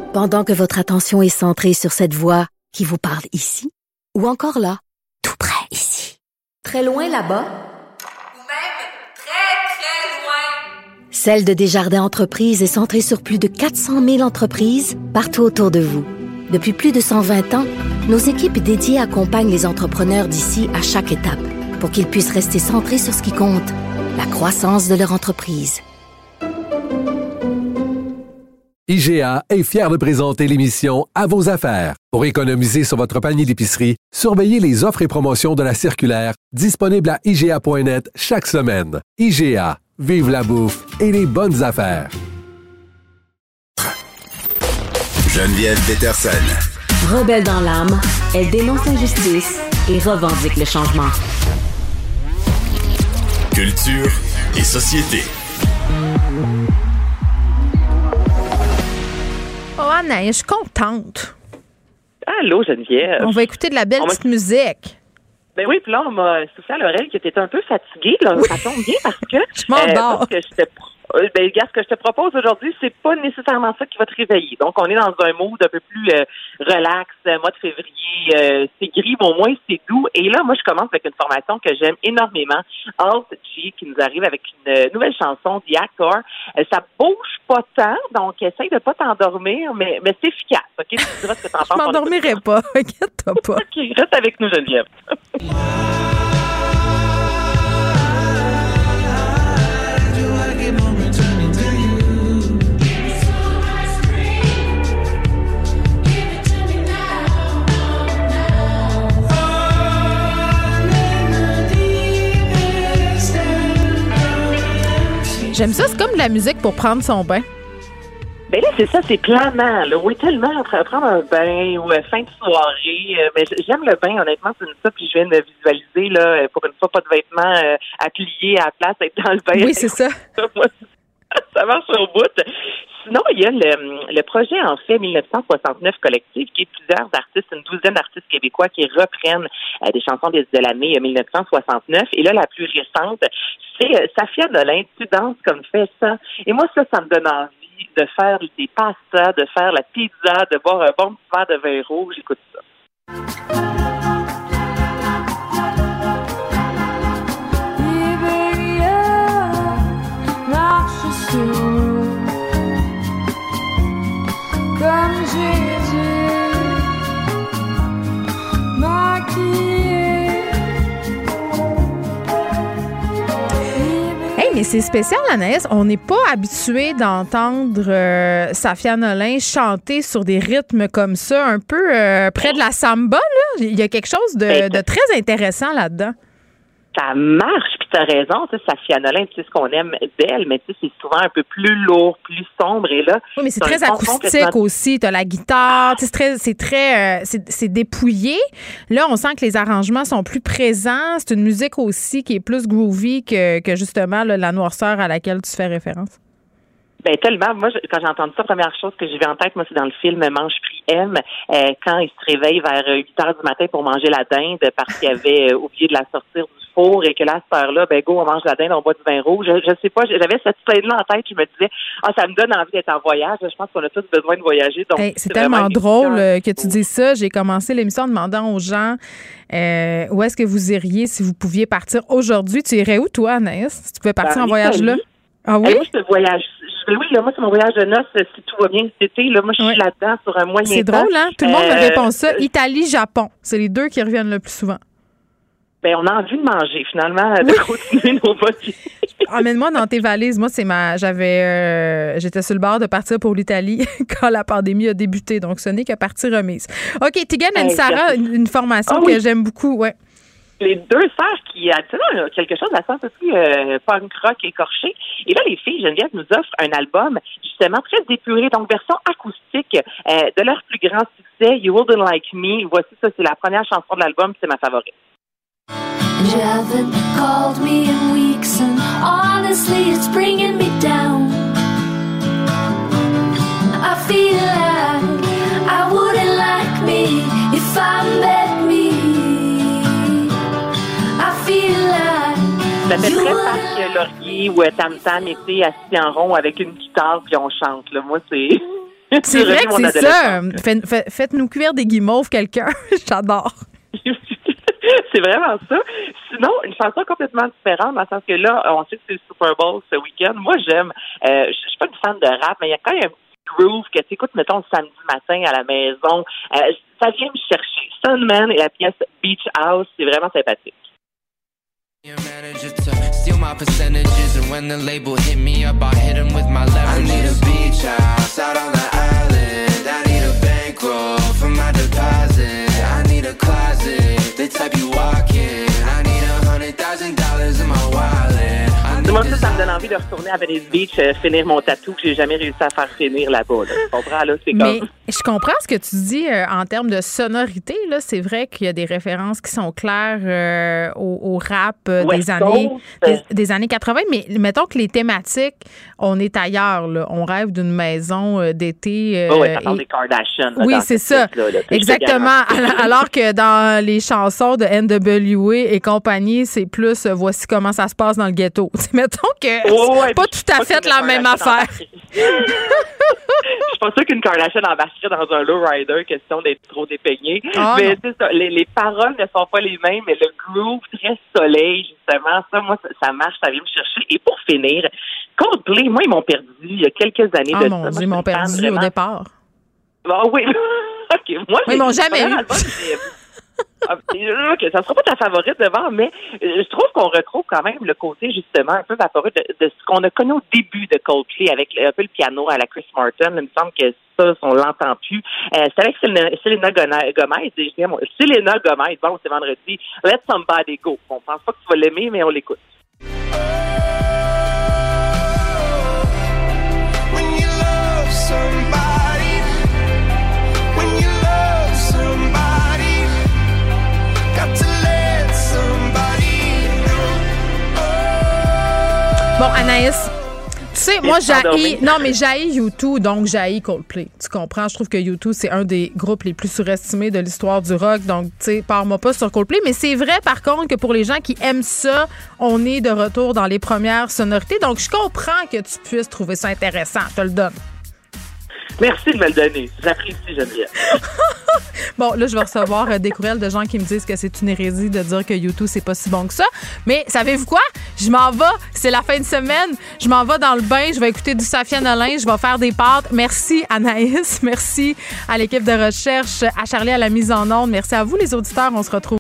Pendant que votre attention est centrée sur cette voix qui vous parle ici, ou encore là, tout près ici, très loin là-bas, ou même très, très loin. Celle de Desjardins Entreprises est centrée sur plus de 400 000 entreprises partout autour de vous. Depuis plus de 120 ans, nos équipes dédiées accompagnent les entrepreneurs d'ici à chaque étape pour qu'ils puissent rester centrés sur ce qui compte, la croissance de leur entreprise. IGA est fier de présenter l'émission À vos affaires. Pour économiser sur votre panier d'épicerie, surveillez les offres et promotions de la circulaire disponible à IGA.net chaque semaine. IGA, vive la bouffe et les bonnes affaires. Geneviève Peterson. Rebelle dans l'âme, elle dénonce l'injustice et revendique le changement. Culture et société. Oh, Anaïs, je suis contente. Allô, Geneviève. On va écouter de la belle petite musique. Ben oui, puis là, on m'a soufflé à l'oreille que tu étais un peu fatiguée. Là. Ça tombe bien parce que... Je m'endors. Ce que je te propose aujourd'hui, c'est pas nécessairement ça qui va te réveiller. Donc, on est dans un mood un peu plus relax, mois de février. C'est gris, mais au moins, c'est doux. Et là, moi, je commence avec une formation que j'aime énormément. Alt G, qui nous arrive avec une nouvelle chanson, The Actor. Ça bouge pas tant, donc essaye de pas t'endormir, mais c'est efficace. OK? Tu diras ce que t'en penses. Je m'endormirai pas. Inquiète-toi pas. OK, reste avec nous, Geneviève. J'aime ça, c'est comme de la musique pour prendre son bain. Ben là, c'est ça, c'est planant. Là. Oui, tellement prendre un bain ou fin de soirée. Mais j'aime le bain, honnêtement, c'est ça. Puis je viens de visualiser, là, pour une fois, pas de vêtements à plier à la place, être dans le bain. Oui, c'est ça. Ça marche au bout. Sinon, il y a le projet, en fait, 1969 collectif, qui est plusieurs artistes, une douzaine d'artistes québécois qui reprennent des chansons de l'année 1969. Et là, la plus récente, c'est Safia Nolin, Tu danses comme fais ça. Et moi, ça me donne envie de faire des pastas, de faire la pizza, de boire un bon petit verre de vin rouge. J'écoute ça. Comme Jésus maquillé. Hey, mais c'est spécial, Anaïs. On n'est pas habitué d'entendre Safia Nolin chanter sur des rythmes comme ça, un peu près de la samba. Là. Il y a quelque chose de très intéressant là-dedans. Ça marche, puis t'as raison, tu sais, Safia Nolin, tu sais ce qu'on aime d'elle, mais tu sais, c'est souvent un peu plus lourd, plus sombre, et là... Oui, mais c'est très acoustique aussi, t'as la guitare, tu sais, c'est dépouillé. Là, on sent que les arrangements sont plus présents, c'est une musique aussi qui est plus groovy que justement là, la noirceur à laquelle tu fais référence. Ben tellement. Moi, quand j'ai entendu ça, la première chose que j'ai vu en tête, moi, c'est dans le film Mange, Prie, Aime, quand il se réveille vers 8 heures du matin pour manger la dinde parce qu'il avait oublié de la sortir du four et que là, à cette heure-là, ben go, on mange la dinde, on boit du vin rouge. Je sais pas, j'avais cette scène-là en tête, je me disais, ça me donne envie d'être en voyage. Je pense qu'on a tous besoin de voyager. Donc, c'est tellement drôle que tu dis ça. J'ai commencé l'émission en demandant aux gens où est-ce que vous iriez si vous pouviez partir aujourd'hui. Tu irais où, toi, Anaïs, si tu pouvais partir en voyage là? Ah oui? Moi, je voyage. Oui, là, moi, c'est mon voyage de noces, si tout va bien cet été. Là, moi, je suis là-dedans sur un moyen temps. C'est drôle, hein? Tout le monde me répond ça. Italie, Japon. C'est les deux qui reviennent le plus souvent. Ben, on a envie de manger, finalement, de continuer nos voyages. Emmène-moi dans tes valises. Moi, j'étais sur le bord de partir pour l'Italie quand la pandémie a débuté. Donc, ce n'est que partie remise. OK, Tegan et Sarah, une formation que j'aime beaucoup, ouais. Les deux sœurs qui a quelque chose à sens aussi punk rock écorché. Et là, les filles, Geneviève, nous offrent un album justement très épuré, donc version acoustique de leur plus grand succès, You Wouldn't Like Me. Voici ça, c'est la première chanson de l'album, c'est ma favorite. You haven't called me in weeks and honestly it's bringing me down. I feel like I wouldn't like me if I met me. I feel like ça fait très Parc Laurier ou Tam Tam était assis en rond avec une guitare puis on chante. Là. Moi, c'est C'est vrai que c'est ça. Faites-nous cuire des guimauves, quelqu'un. J'adore. C'est vraiment ça. Sinon, une chanson complètement différente, dans le sens que là, on sait que c'est le Super Bowl ce week-end. Moi, j'aime, je suis pas une fan de rap, mais il y a quand même un petit groove que tu écoutes, mettons, le samedi matin à la maison. Ça vient me chercher. Sunman et la pièce Beach House, c'est vraiment sympathique. Your manager to steal my percentages, and when the label hit me up, I hit him with my leverage. I need a beach house out on the island. I need a bankroll for my deposit. I need a closet, the type you walk in. I need $100,000 in my wallet. Moi, ça me donne envie de retourner à Venice Beach, finir mon tatou que j'ai jamais réussi à faire finir là-bas. Là. Tu comprends, là? C'est Mais comme... je comprends ce que tu dis en termes de sonorité. Là. C'est vrai qu'il y a des références qui sont claires au rap des années 80. Mais mettons que les thématiques, on est ailleurs. Là. On rêve d'une maison d'été. Oui, ça parle des Kardashians. Oui, c'est ça. Là, exactement. Alors que dans les chansons de NWA et compagnie, c'est plus voici comment ça se passe dans le ghetto. Mettons que c'est pas tout à fait la même affaire. Je suis pas sûre qu'une Kardashian embarquerait dans un lowrider, question d'être trop dépeignée. Mais c'est ça, les paroles ne sont pas les mêmes, mais le groove très soleil, justement, ça, moi, ça marche, ça vient me chercher. Et pour finir, Coldplay, moi, ils m'ont perdu il y a quelques années. Oh mon Dieu, ils m'ont perdu au départ. Oui. OK. Moi, ils m'ont jamais eu. OK, ça ne sera pas ta favorite devant, mais je trouve qu'on retrouve quand même le côté, justement, un peu vaporeux de ce qu'on a connu au début de Coldplay avec un peu le piano à la Chris Martin. Il me semble que ça, on l'entend plus. C'est avec Selena Gomez. Selena Gomez, bon, c'est vendredi. Let Somebody Go. On pense pas que tu vas l'aimer, mais on l'écoute. Bon, Anaïs, tu sais, moi, j'haïs U2, donc j'haïs Coldplay. Tu comprends? Je trouve que U2, c'est un des groupes les plus surestimés de l'histoire du rock. Donc, tu sais, pars-moi pas sur Coldplay. Mais c'est vrai, par contre, que pour les gens qui aiment ça, on est de retour dans les premières sonorités. Donc, je comprends que tu puisses trouver ça intéressant. Je te le donne. Merci de me le donner. J'apprécie, Geneviève. Bon, là, je vais recevoir des courriels de gens qui me disent que c'est une hérésie de dire que U2, c'est pas si bon que ça. Mais savez-vous quoi? Je m'en vais. C'est la fin de semaine. Je m'en vais dans le bain. Je vais écouter du Safia Nolin. Je vais faire des pâtes. Merci, Anaïs. Merci à l'équipe de recherche, à Charlie à la mise en onde. Merci à vous, les auditeurs. On se retrouve